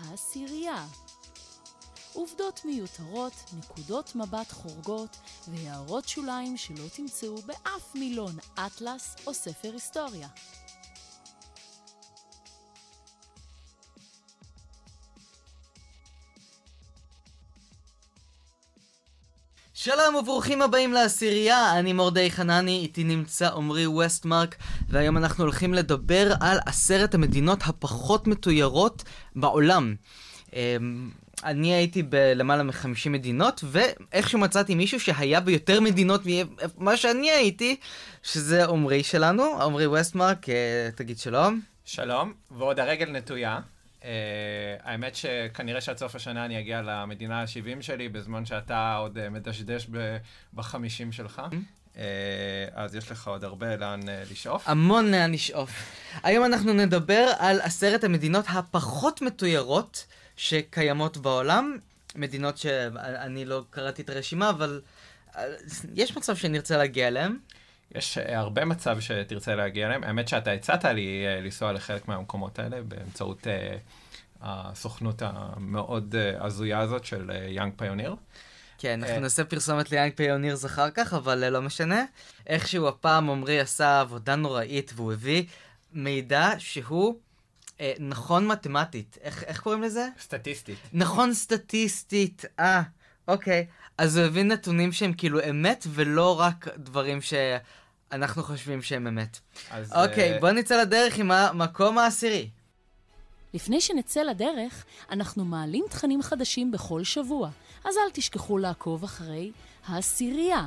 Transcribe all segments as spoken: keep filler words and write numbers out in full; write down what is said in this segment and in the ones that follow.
העשירייה. עובדות מיותרות, נקודות מבט חורגות והערות שוליים שלא תמצאו באף מילון אטלס או ספר היסטוריה. שלום וברוכים הבאים לעשירייה, אני מורדי חנני, איתי נמצא עומרי ווסטמרק, והיום אנחנו הולכים לדבר על עשרת המדינות הפחות מתוירות בעולם. אני הייתי בלמעלה מ-חמישים מדינות, ואיכשהו מצאתי מישהו שהיה ביותר מדינות ממה שאני הייתי, שזה עומרי שלנו. עומרי ווסטמרק, תגיד שלום. שלום, ועוד הרגל נטויה. Uh, האמת שכנראה שעד סוף השנה אני אגיע למדינה ה-שבעים שלי, בזמן שאתה עוד uh, מדשדש ב-חמישים שלך. Uh, אז יש לך עוד הרבה לאן uh, לשאוף. המון לאן לשאוף. היום אנחנו נדבר על עשרת המדינות הפחות מתוירות שקיימות בעולם. מדינות שאני לא קראתי את הרשימה, אבל uh, יש מצב שנרצה להגיע אליהם. יש uh, הרבה מצב שתרצה להגיע אליהם. האמת שאתה הצעת לי uh, לנסוע לחלק מהמקומות האלה באמצעות uh, הסוכנות המאוד uh, הזויה הזאת של uh, Young Pioneer. כן, אנחנו uh, נעשה פרסומת ל-Young Pioneers אחר כך, אבל uh, לא משנה. איכשהו הפעם עומרי עשה עבודה נוראית, והוא הביא מידע שהוא uh, נכון מתמטית. איך, איך קוראים לזה? סטטיסטית. נכון סטטיסטית. אה, אוקיי. אז הוא הביא נתונים שהם כאילו אמת, ולא רק דברים שאנחנו חושבים שהם אמת. אז, אוקיי, uh... בוא נצא לדרך עם המקום העשירי. לפני שנצא לדרך, אנחנו מעלים תכנים חדשים בכל שבוע, אז אל תשכחו לעקוב אחרי העשירייה.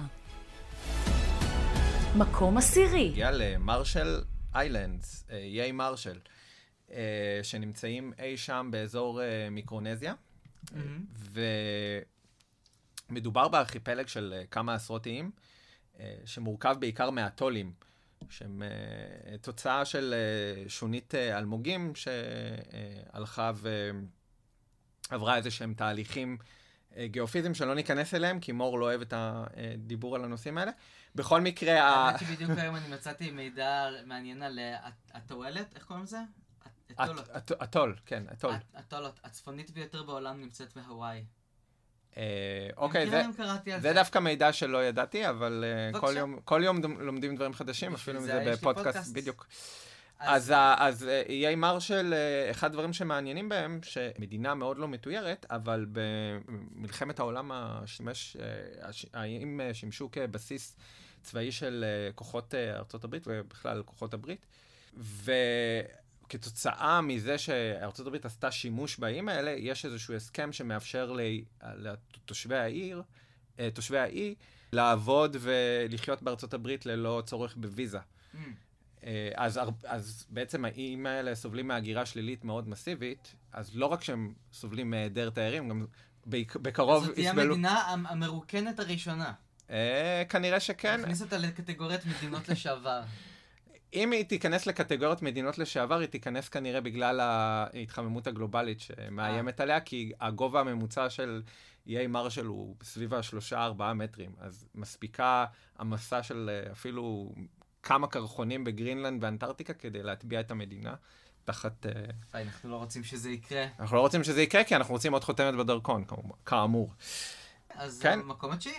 מקום עשירי. הגיע למרשל איילנדס, איי מרשל, שנמצאים אי שם באזור מיקרונזיה, mm-hmm. ו... מדובר בארכיפלג של uh, כמה עשרות איים, uh, שמורכב בעיקר מאטולים, שהם uh, תוצאה של uh, שונית uh, אלמוגים, שהלכה uh, ועברה איזה שהם תהליכים uh, גיאופיזיים שלא ניכנס אליהם, כי מור לא אוהב את הדיבור על הנושאים האלה. בכל מקרה... האמת שבדיוק היום אני מצאתי מידע מעניין על התועלת, איך קוראים לזה? אטול, כן, אטול. אטולות, הצפונית ביותר בעולם נמצאת בהוואי. אוקיי, זה דווקא מידע שלא ידעתי, אבל כל יום לומדים דברים חדשים, אפילו אם זה בפודקאסט, בדיוק. אז איי מרשל, אחד הדברים שמעניינים בהם, שמדינה מאוד לא מתוירת, אבל במלחמת העולם האיים שימשו כבסיס צבאי של כוחות ארצות הברית, ובכלל כוחות הברית, ו... כתוצאה מזה שארצות הברית עשתה שימוש באיים האלה, יש איזשהו הסכם שמאפשר לתושבי העיר, תושבי האי, לעבוד ולחיות בארצות הברית ללא צורך בוויזה. Mm. אז, אז בעצם האיים האלה סובלים מהגירה שלילית מאוד מסיבית, אז לא רק שהם סובלים מהיעדר תיירים, גם בקרוב... זאת תהיה המדינה המרוקנת הראשונה. כנראה שכן. נכניס אותה לקטגוריית מדינות לשעבר. אם היא תיכנס לקטגוריות מדינות לשעבר, היא תיכנס כנראה בגלל ההתחממות הגלובלית שמאיימת עליה, כי הגובה הממוצע של איי מרשל הוא סביב השלושה ארבעה מטרים, אז מספיקה המסע של אפילו כמה קרחונים בגרינלנד ואנטארקטיקה כדי להטביע את המדינה תחת... אנחנו לא רוצים שזה יקרה. אנחנו לא רוצים שזה יקרה, כי אנחנו רוצים עוד חותמת בדרכון, כאמור. אז כן? מקום התשיעי.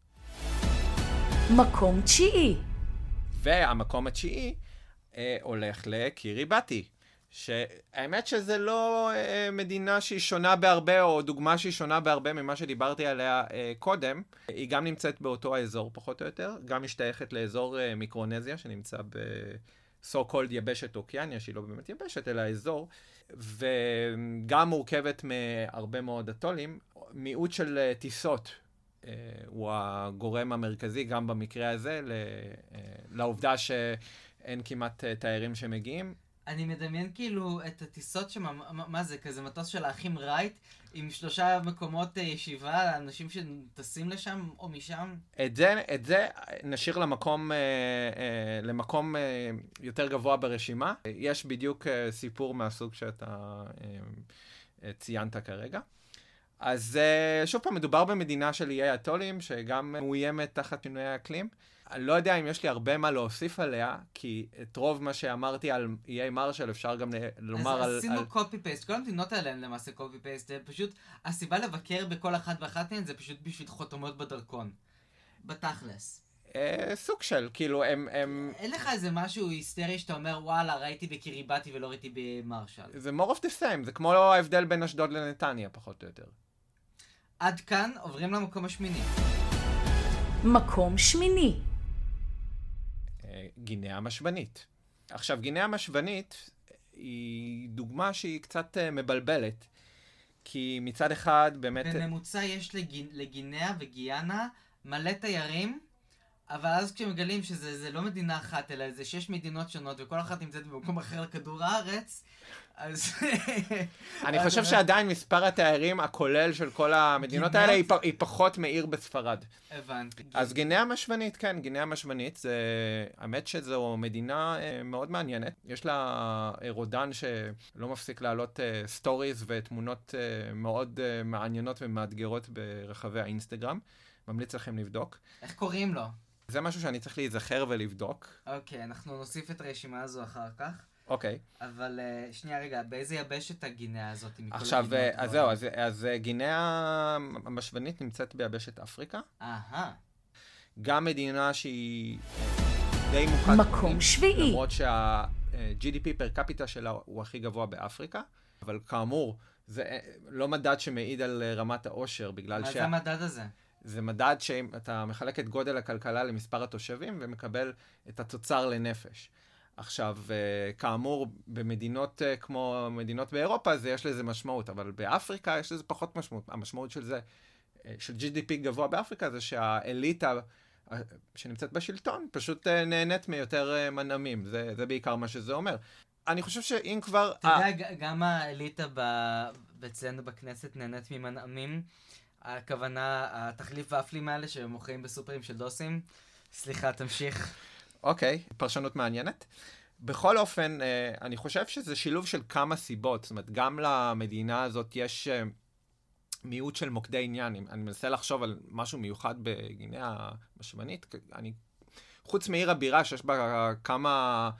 מקום תשיעי. והמקום התשיעי אה, הולך לקיריבטי, שהאמת שזה לא אה, מדינה שהיא שונה בהרבה, או דוגמה שהיא שונה בהרבה ממה שדיברתי עליה אה, קודם. היא גם נמצאת באותו האזור פחות או יותר, גם משתייכת לאזור אה, מיקרונזיה, שנמצא בסו קולד יבשת אוקיאניה, שהיא לא באמת יבשת, אלא האזור, וגם מורכבת מהרבה מאוד אטולים, מיעוט של אה, טיסות. Uh, הוא הגורם המרכזי גם במקרה הזה, ל, uh, לעובדה שאין כמעט uh, תיירים שמגיעים. אני מדמיין כאילו את הטיסות שמה, מה, מה זה, כזה מטוס של האחים רייט, עם שלושה מקומות uh, ישיבה, אנשים שטסים לשם או משם. את זה, את זה נשאיר למקום, uh, uh, למקום uh, יותר גבוה ברשימה. יש בדיוק uh, סיפור מהסוג שאתה uh, uh, ציינת כרגע. אז שוב פעם, מדובר במדינה של איי אטולים, שגם מאוימת תחת שינויי האקלים. אני לא יודע אם יש לי הרבה מה להוסיף עליה, כי את רוב מה שאמרתי על איי מרשל אפשר גם לומר על... אז עשינו קופי-פייסט, כל המדינות האלה הן למעשה קופי-פייסט, זה פשוט, הסיבה לבקר בכל אחת ואחת מהן זה פשוט בשביל חותמות בדרכון. בתכלס. סוג של, כאילו, הם... אין לך איזה משהו היסטרי שאתה אומר, וואלה, ראיתי בקיריבתי ולא ראיתי במרשל. זה more of the same, זה כמו ההבדל בין אשדוד לנתניה, פחות או יותר. עד כאן עוברים למקום השמיני. מקום שמיני. גינאה המשוונית. עכשיו, גינאה המשוונית היא דוגמה שהיא קצת מבלבלת, כי מצד אחד באמת... בממוצע יש לגינאה וגיאנה מלא תיירים, אבל אז כשמגלים שזה לא מדינה אחת, אלא זה שש מדינות שונות, וכל אחת נמצאת במקום אחר לכדור הארץ, אז... אני חושב שעדיין מספר התיירים הכולל של כל המדינות האלה היא פחות מעיר בספרד. הבנתי. אז גינאה המשוונית, כן, גינאה המשוונית, זה... האמת שזו מדינה מאוד מעניינת. יש לה רודן שלא מפסיק להעלות סטוריז ותמונות מאוד מעניינות ומאתגרות ברחבי האינסטגרם. ממליץ לכם לבדוק. איך קוראים לו? זה משהו שאני צריך להיזכר ולבדוק. אוקיי, אנחנו נוסיף את הרשימה הזו אחר כך. אוקיי. אבל uh, שנייה רגע, באיזה יבשת הגינאה הזאת? עכשיו, אז זהו, אז, אז גינאה המשוונית נמצאת ביבשת אפריקה. אהה. גם מדינה שהיא די מוכת... מקום שביעי. למרות שה-ג'י די פי פר קפיטה שלה הוא הכי גבוה באפריקה. אבל כאמור, זה לא מדד שמעיד על רמת העושר, בגלל מה שה... זה המדד הזה? זה מדד שאתה מחלק את גודל הכלכלה למספר התושבים ומקבל את התוצר לנפש. עכשיו, כאמור, במדינות כמו מדינות באירופה, זה יש לזה משמעות, אבל באפריקה יש לזה פחות משמעות. המשמעות של זה, של ג'י די פי גבוה באפריקה, זה שהאליטה שנמצאת בשלטון פשוט נהנית מיותר מנעמים. זה, זה בעיקר מה שזה אומר. אני חושב שאם כבר... אתה יודע, גם האליטה אצלנו בכנסת נהנית ממנעמים. הכוונה, התחליף ואפלים האלה שמוכרים בסופרים של דוסים. סליחה, תמשיך. אוקיי, פרשנות מעניינת. בכל אופן, אני חושב שזה שילוב של כמה סיבות. זאת אומרת, גם למדינה הזאת יש מיעוט של מוקדי עניין. אני מנסה לחשוב על משהו מיוחד בגינאה המשוונית. אני, חוץ מעיר הבירה שיש בה כמה...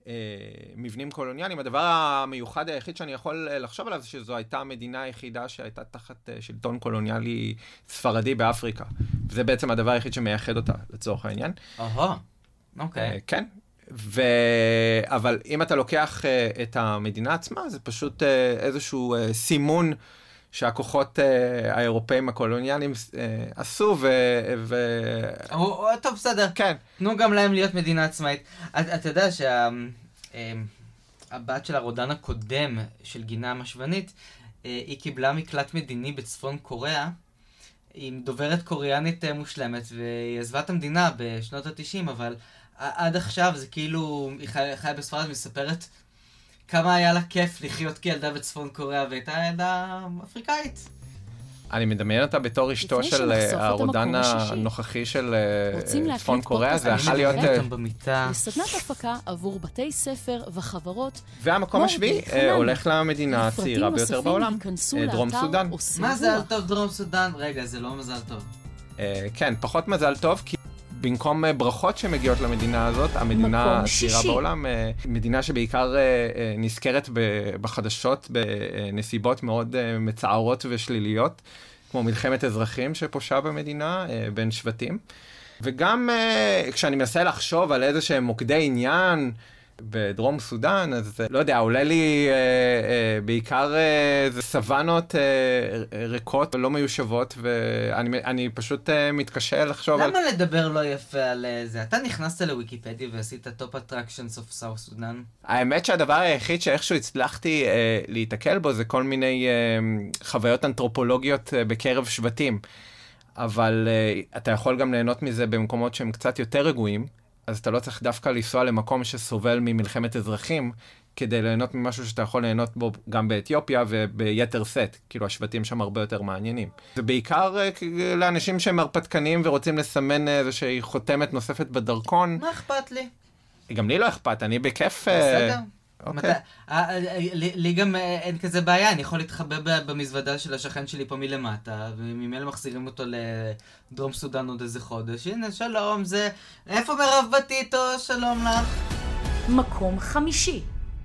מבנים קולוניאליים. הדבר המיוחד היחיד שאני יכול לחשוב עליו זה שזו הייתה המדינה היחידה שהייתה תחת שלטון קולוניאלי ספרדי באפריקה. וזה בעצם הדבר היחיד שמייחד אותה לצורך העניין. אוהו, אוקיי. כן. ו... אבל אם אתה לוקח את המדינה עצמה, זה פשוט איזשהו סימון שהכוחות האירופאים הקולוניאליים עשו ו... טוב, בסדר. כן. תנו גם להם להיות מדינה עצמאית. אתה יודע שהבת של הרודן הקודם של גינאה המשוונית, היא קיבלה מקלט מדיני בצפון קוריאה, עם דוברת קוריאנית מושלמת, והיא עזבה את המדינה בשנות ה-תשעים, אבל עד עכשיו זה כאילו, היא חיה בספרד מספרת כמה היה לה כיף לחיות כילדה בצפון קוריאה, והייתה ילדה אפריקאית. אני מדמיין אותה בתור אשתו של הרודן הנוכחי של צפון קוריאה, זה יכול להיות... לסדנת הפקה עבור בתי ספר וחברות. והמקום השביעי הולך למדינה הצעירה ביותר בעולם, דרום סודן. מזל טוב דרום סודן. רגע, זה לא מזל טוב. כן, פחות מזל טוב, כי... במקום ברכות שמגיעות למדינה הזאת, המדינה הצעירה בעולם, מדינה שבעיקר נזכרת בחדשות, בנסיבות מאוד מצערות ושליליות, כמו מלחמת אזרחים שפושה במדינה בין שבטים. וגם כשאני מנסה לחשוב על איזה שהם מוקדי עניין בדרום סודן, אז לא יודע, עולה לי אה, אה, בעיקר אה, זה סוונות אה, ריקות ולא מיושבות, ואני אני פשוט אה, מתקשה לחשוב למה על... למה לדבר לא יפה על זה? אתה נכנסת לוויקיפדיה ועשית טופ אטרקשנס אוף סאוף סודן? האמת שהדבר היחיד שאיכשהו הצלחתי אה, להתקל בו זה כל מיני אה, חוויות אנתרופולוגיות אה, בקרב שבטים, אבל אה, אתה יכול גם ליהנות מזה במקומות שהם קצת יותר רגועים, אז אתה לא צריך דווקא לנסוע למקום שסובל ממלחמת אזרחים, כדי ליהנות ממשהו שאתה יכול ליהנות בו גם באתיופיה וביתר סט. כאילו, השבטים שם הרבה יותר מעניינים. זה בעיקר לאנשים שהם הרפתקנים ורוצים לסמן איזושהי חותמת נוספת בדרכון. מה אכפת לי? גם לי לא אכפת, אני בכיף... בסדר. אוקיי. לי גם אין כזה בעיה, אני יכול להתחבא במזוודה של השכן שלי פה מלמטה, וממילא מחזירים אותו לדרום סודן עוד איזה חודש. הנה, שלום, זה... איפה מירב בתיתו? שלום לך. מקום חמישי.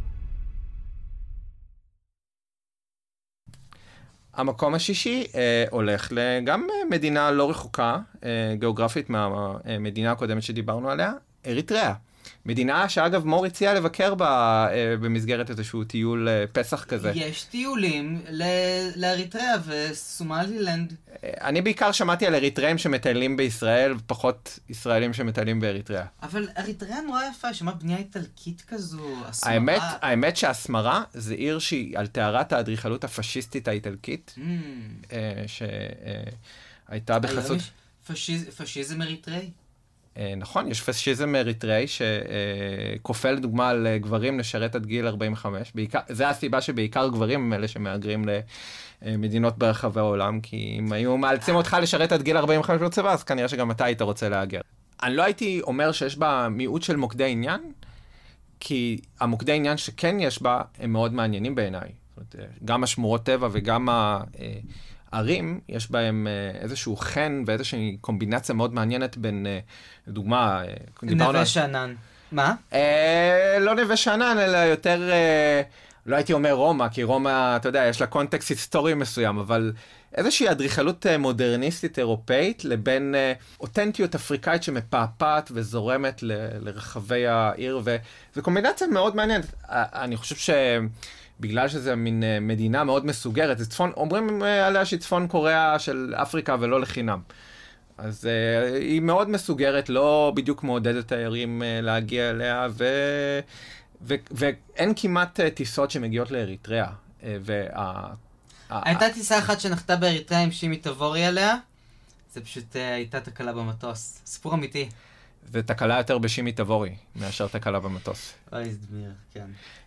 המקום השישי אה, הולך לגם מדינה לא רחוקה, אה, גיאוגרפית מהמדינה הקודמת שדיברנו עליה, אריתריאה. מדינה שאגב מור הציע לבקר בה אה, במסגרת איזשהו טיול אה, פסח כזה. יש טיולים לאריתריאה וסומלילנד. אה, אני בעיקר שמעתי על אריתריאים שמטיילים בישראל, פחות ישראלים שמטיילים באריתריאה. אבל אריתריאה נורא יפה, שמה בנייה איטלקית כזו, הסמרה. האמת, האמת שהסמרה זה עיר שהיא על טהרת האדריכלות הפשיסטית האיטלקית, Mm. אה, שהייתה בחסות... יש פשיז, פשיזם אריתראי. אה, נכון, יש פשיזם אריתראי שכופה לדוגמה על גברים לשרת עד גיל ארבעים וחמש. בעיקר, זה הסיבה שבעיקר גברים הם אלה שמהגרים למדינות ברחבי העולם, כי אם היו מאלצים אותך לשרת עד גיל ארבעים וחמש בצבא, אז כנראה שגם אתה היית רוצה להגר. אני לא הייתי אומר שיש בה מיעוט של מוקדי עניין, כי המוקדי עניין שכן יש בה הם מאוד מעניינים בעיניי. זאת אומרת, גם השמורות טבע וגם הערים, יש בהם איזשהו חן ואיזושהי קומבינציה מאוד מעניינת בין, לדוגמה, נווה שאנן. מה? אה, לא נווה שאנן, אלא יותר, אה, לא הייתי אומר רומא, כי רומא, אתה יודע, יש לה קונטקסט היסטורי מסוים, אבל איזושהי אדריכלות מודרניסטית אירופאית, לבין אה, אותנטיות אפריקאית שמפעפעת וזורמת ל, לרחבי העיר, וזו קומבינציה מאוד מעניינת. אני חושב ש... בגלל שזה מין מדינה מאוד מסוגרת, זה צפון, אומרים עליה שהיא צפון קוריאה של אפריקה ולא לחינם. אז uh, היא מאוד מסוגרת, לא בדיוק מעודדת תיירים uh, להגיע אליה, ו... ו... ואין כמעט uh, טיסות שמגיעות לאריתריאה. Uh, וה... הייתה טיסה אחת שנחתה באריתריאה עם שימי תבורי עליה, זה פשוט uh, הייתה תקלה במטוס. סיפור אמיתי. זה תקלה יותר בשימי תבורי, מאשר תקלה במטוס. אוי, זדמיר, כן.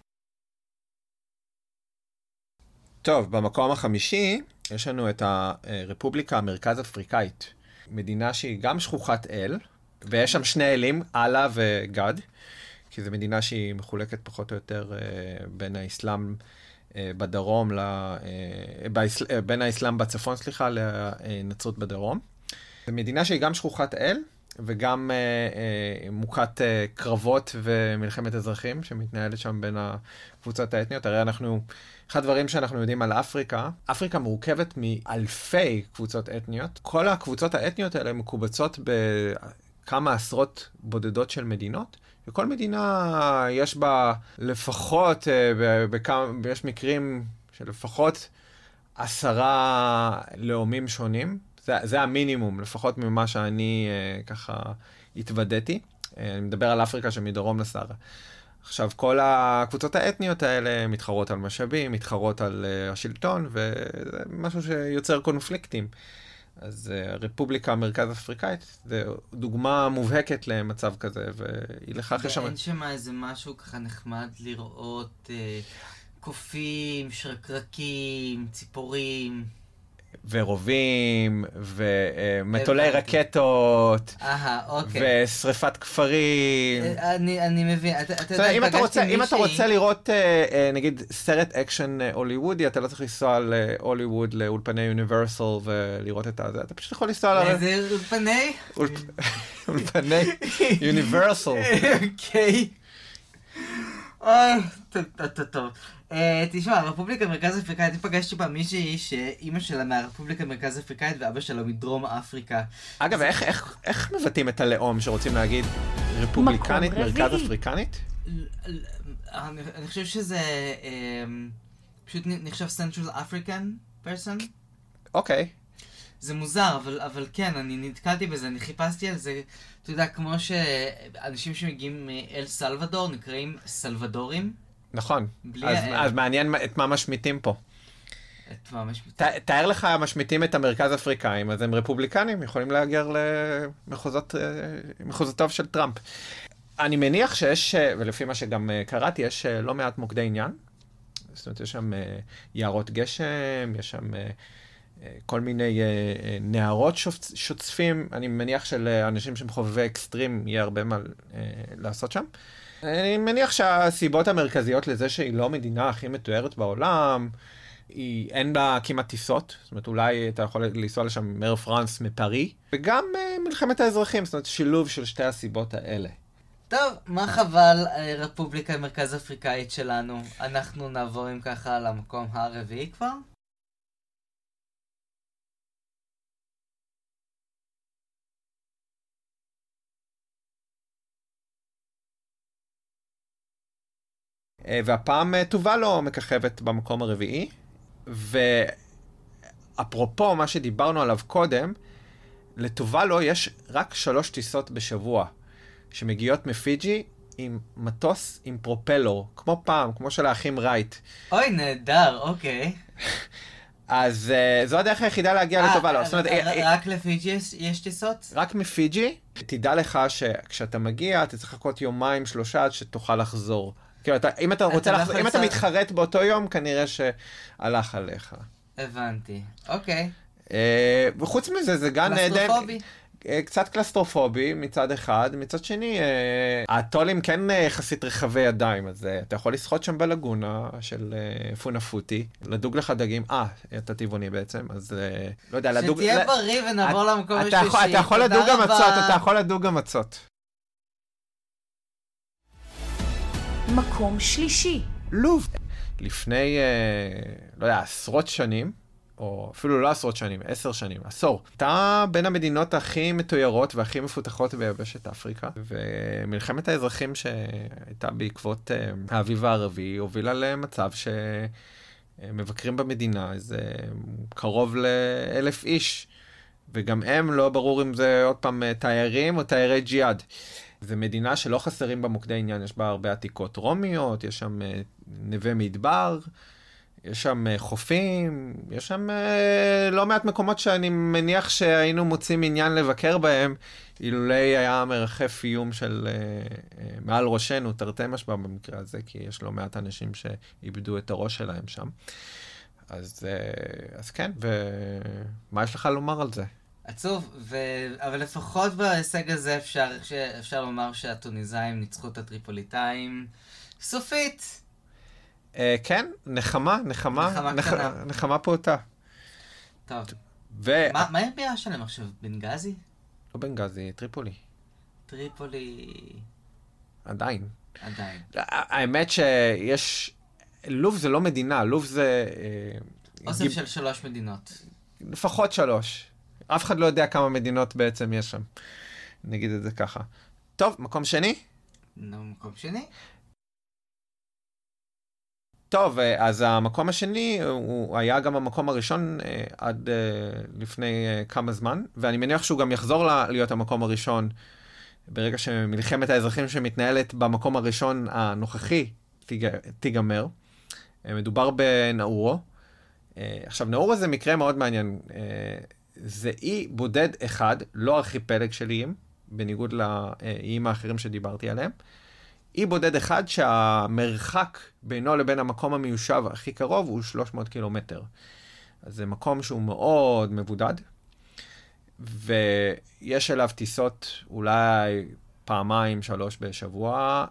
טוב, במקום החמישי יש לנו את הרפובליקה המרכז אפריקאית. מדינה שהיא גם שכוחת אל, ויש שם שני אלים, אללה וגד, כי זו מדינה שהיא מחולקת פחות או יותר בין האסלאם בדרום, בין האסלאם בצפון, סליחה, לנצרות בדרום. זו מדינה שהיא גם שכוחת אל, וגם מוכת קרבות ומלחמת אזרחים, שמתנהלת שם בין הקבוצות האתניות. הרי אנחנו... אחד הדברים שאנחנו יודעים על אפריקה, אפריקה מורכבת מאלפי קבוצות אתניות. כל הקבוצות האתניות האלה מקובצות בכמה עשרות בודדות של מדינות, וכל מדינה יש בה לפחות, בכמה, יש מקרים של לפחות עשרה לאומים שונים. זה, זה המינימום, לפחות ממה שאני ככה התוודעתי. אני מדבר על אפריקה שמדרום לסהרה. עכשיו, כל הקבוצות האתניות האלה מתחרות על משאבים, מתחרות על uh, השלטון, וזה משהו שיוצר קונפליקטים. אז uh, הרפובליקה המרכז אפריקאית, זה דוגמה מובהקת למצב כזה, והיא לכך יש שם... ואין שם איזה משהו ככה נחמד לראות uh, קופים, שרקרקים, ציפורים... ורובים, ומטולי רקטות, ושריפת כפרים. אני מבין. אם אתה רוצה לראות, נגיד, סרט אקשן הוליוודי, אתה לא צריך לנסוע להוליווד, לאולפני יוניברסל, ולראות את זה. אתה פשוט יכול לנסוע... איזה אולפני? אולפני יוניברסל. אוקיי. אוי, טוב, טוב. תשמע, הרפובליקה המרכז אפריקאית, אני פגשתי פעם מישהי שאימא שלה מהרפובליקה המרכז אפריקאית ואבא שלה מדרום אפריקה. אגב, איך מבטאים את הלאום שרוצים להגיד רפובליקנית, מרכז אפריקנית? אני חושב שזה פשוט נחשב Central African person. אוקיי. זה מוזר, אבל כן, אני נתקלתי בזה, אני חיפשתי על זה, אתה יודע, כמו שאנשים שמגיעים מאל סלבדור נקראים סלבדורים. נכון, אז, אז מעניין את מה משמיטים פה. את מה משמיטים? ת, תאר לך משמיטים את המרכז אפריקאים, אז הם רפובליקנים, יכולים להגר למחוזות, מחוזותיו של טראמפ. אני מניח שיש, ולפי מה שגם קראתי, יש לא מעט מוקדי עניין. זאת אומרת, יש שם יערות גשם, יש שם כל מיני נהרות שוצפים. אני מניח שלאנשים שהם חובבי אקסטרים יהיה הרבה מה לעשות שם. אני מניח שהסיבות המרכזיות לזה שהיא לא המדינה הכי מתוארת בעולם, היא, אין בה כמעט טיסות, זאת אומרת, אולי אתה יכול לנסוע לשם מאיר פרנס מפארי, וגם uh, מלחמת האזרחים, זאת אומרת, שילוב של שתי הסיבות האלה. טוב, מה חבל, רפובליקה מרכז אפריקאית שלנו. אנחנו נעבור עם ככה למקום הרביעי כבר. והפעם טובלו מככבת במקום הרביעי, ואפרופו מה שדיברנו עליו קודם, לטובלו יש רק שלוש טיסות בשבוע, שמגיעות מפיג'י עם מטוס עם פרופלור, כמו פעם, כמו של האחים רייט. אוי, נהדר, אוקיי. אז uh, זו הדרך היחידה להגיע לטובלו. רק לפיג'י יש טיסות? רק מפיג'י. תדע לך שכשאתה מגיע, אתה צריך לחכות יומיים, שלושה, עד שתוכל לחזור. כאילו, אתה, אם אתה רוצה, לח... אם אתה מתחרט באותו יום, כנראה שהלך עליך. הבנתי, אוקיי. אה, וחוץ מזה, זה גם... קלסטרופובי. אה, קצת קלסטרופובי מצד אחד, מצד שני, אה, הטולים כן יחסית רחבי ידיים, אז אה, אתה יכול לשחות שם בלגונה של אה, פונפוטי, לדוג לך דגים, אה, אתה טבעוני בעצם, אז אה, לא יודע, לדוג... שתהיה בריא ונעבור למקום השלישי. אתה יכול לדוג גם מצות, אתה יכול לדוג גם מצות. מקום שלישי. לוב. לפני, לא יודע, עשרות שנים, או אפילו לא עשרות שנים, עשר שנים, עשור. הייתה בין המדינות הכי מתוירות והכי מפותחות ביבשת אפריקה, ומלחמת האזרחים שהייתה בעקבות האביב הערבי, הובילה למצב שמבקרים במדינה איזה קרוב לאלף איש, וגם הם לא ברור אם זה עוד פעם תיירים או תיירי ג'יהאד. זו מדינה שלא חסרים בה מוקדי עניין, יש בה הרבה עתיקות רומיות, יש שם נווה מדבר, יש שם חופים, יש שם לא מעט מקומות שאני מניח שהיינו מוצאים עניין לבקר בהם, אילולי היה מרחף איום של מעל ראשנו, תרתי משמע במקרה הזה, כי יש לא מעט אנשים שאיבדו את הראש שלהם שם. אז, אז כן, ומה יש לך לומר על זה? עצוב, ו... אבל לפחות בהישג הזה אפשר, אפשר לומר שהטוניזאים ניצחו את הטריפוליטאים סופית. אה, כן, נחמה, נחמה, נחמה נח... קטנה. נחמה פעוטה. טוב. ו... מה, מה הבירה שלהם עכשיו? בנגזי? לא בנגזי, טריפולי. טריפולי... עדיין. עדיין. האמת שיש... לוב זה לא מדינה, לוב זה... אוסף גיב... של שלוש מדינות. לפחות שלוש. אף אחד לא יודע כמה מדינות בעצם יש שם. נגיד את זה ככה. טוב, מקום שני? נו, מקום שני? טוב, אז המקום השני הוא היה גם המקום הראשון עד לפני כמה זמן, ואני מניח שהוא גם יחזור להיות המקום הראשון ברגע שמלחמת האזרחים שמתנהלת במקום הראשון הנוכחי תיגמר. מדובר בנאורו. עכשיו, נאורו זה מקרה מאוד מעניין. זה אי בודד אחד, לא ארכיפלג של איים, בניגוד לאיים האחרים שדיברתי עליהם. אי בודד אחד שהמרחק בינו לבין המקום המיושב הכי קרוב הוא שלוש מאות קילומטר. אז זה מקום שהוא מאוד מבודד, ויש אליו טיסות אולי פעמיים, שלוש בשבוע,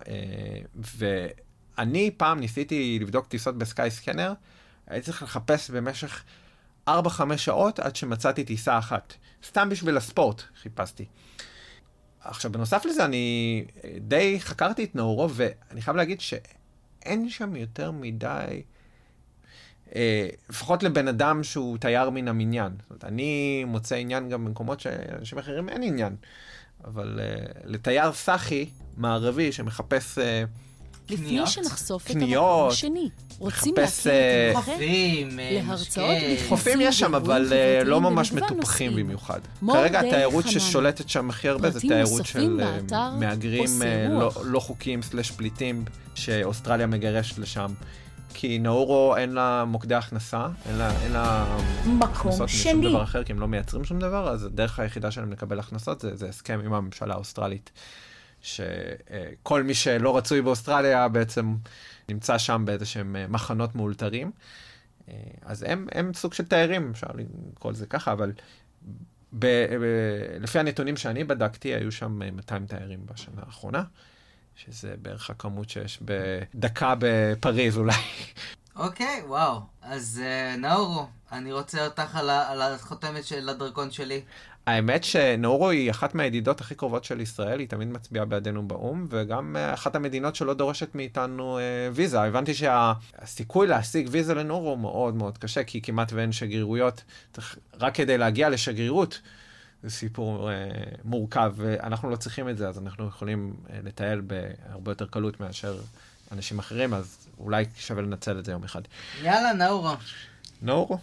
ואני פעם ניסיתי לבדוק טיסות בסקאי סקנר, הייתי צריך לחפש במשך ארבע חמש שעות עד שמצאתי טיסה אחת. סתם בשביל הספורט חיפשתי. עכשיו, בנוסף לזה, אני די חקרתי את נאורו, ואני חייב להגיד שאין שם יותר מדי, אה, לפחות לבן אדם שהוא תייר מן המניין. זאת אומרת, אני מוצא עניין גם במקומות שאנשים אחרים אין עניין. אבל אה, לתייר סחי מערבי שמחפש... אה, לפני שנחשוף את המקום קניות, השני, רוצים מחפש, להכיר אה, את חופים, המקרה אה, להרצאות משקה. בכנסים חופים יש שם, אבל ואירועים אה, חברתיים לא ממש במגוון מטופחים נושאים. במיוחד. מורדי כרגע התיירות חנן. ששולטת שם הכי הרבה זה פרטים תיירות נוספים של אה, באתר מהגרים עושה אה, לא, רוח. לא חוקיים סלש פליטים שאוסטרליה מגרשת לשם. כי נאורו אין לה מוקדי הכנסה, אין לה, אין לה מקום הכנסות שני. משום דבר אחר, כי הם לא מייצרים שום דבר, אז הדרך היחידה שלהם לקבל הכנסות זה, זה הסכם עם הממשלה האוסטרלית, שכל מי שלא רצוי באוסטרליה בעצם נמצא שם באיזה שהם מחנות מאולתרים. אז הם, הם סוג של תיירים, אפשר לקרוא לזה ככה, אבל ב, ב, לפי הנתונים שאני בדקתי, היו שם מאתיים תיירים בשנה האחרונה. שזה בערך הכמות שיש בדקה בפריז אולי. אוקיי, וואו. אז uh, נאורו, אני רוצה אותך על, ה- על החותמת של הדרכון שלי. האמת שנאורו היא אחת מהידידות הכי קרובות של ישראל, היא תמיד מצביעה בעדינו באום, וגם uh, אחת המדינות שלא דורשת מאיתנו uh, ויזה. הבנתי שהסיכוי להשיג ויזה לנאורו מאוד מאוד קשה, כי כמעט ואין שגרירויות, רק כדי להגיע לשגרירות, זה סיפור uh, מורכב, ואנחנו לא צריכים את זה, אז אנחנו יכולים uh, לטייל בהרבה יותר קלות מאשר אנשים אחרים, אז אולי שווה לנצל את זה יום אחד. יאללה, נאורו. נאורו.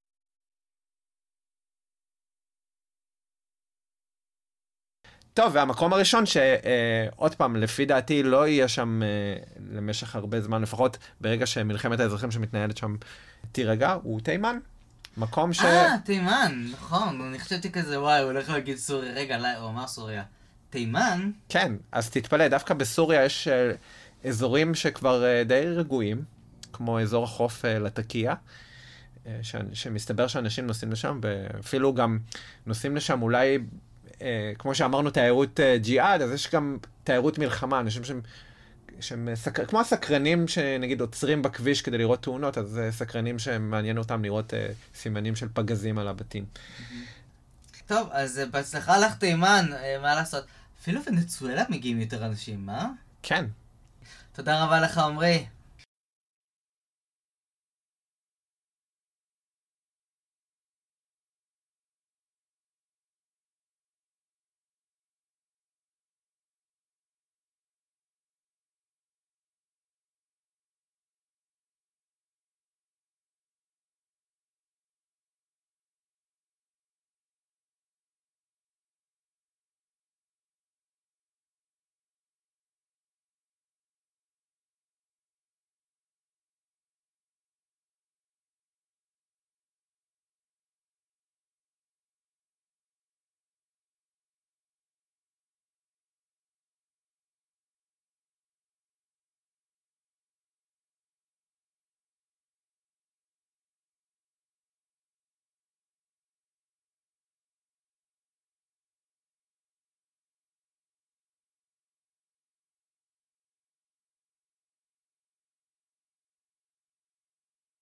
טוב, והמקום הראשון שעוד פעם, לפי דעתי לא יהיה שם אה, למשך הרבה זמן, לפחות ברגע שמלחמת האזרחים שמתנהלת שם תירגע, הוא תימן. מקום ש... אה, תימן, נכון. אני חשבתי כזה, וואי, הוא הולך להגיד סוריה. רגע, לא, הוא אמר סוריה. תימן? כן, אז תתפלא, דווקא בסוריה יש אה, אזורים שכבר אה, די רגועים, כמו אזור החוף אה, לטקיה, אה, ש... שמסתבר שאנשים נוסעים לשם, ואפילו גם נוסעים לשם אולי... Uh, כמו שאמרנו, תיירות uh, ג'יהאד, אז יש גם תיירות מלחמה, אנשים שהם, שהם סקר... כמו הסקרנים שנגיד עוצרים בכביש כדי לראות תאונות, אז uh, סקרנים שמעניין אותם לראות uh, סימנים של פגזים על הבתים. טוב, אז uh, בהצלחה לך תימן, uh, מה לעשות? אפילו ונצואלה מגיעים יותר אנשים, מה? כן. תודה רבה לך, עמרי.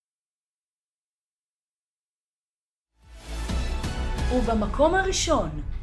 ובמקום הראשון,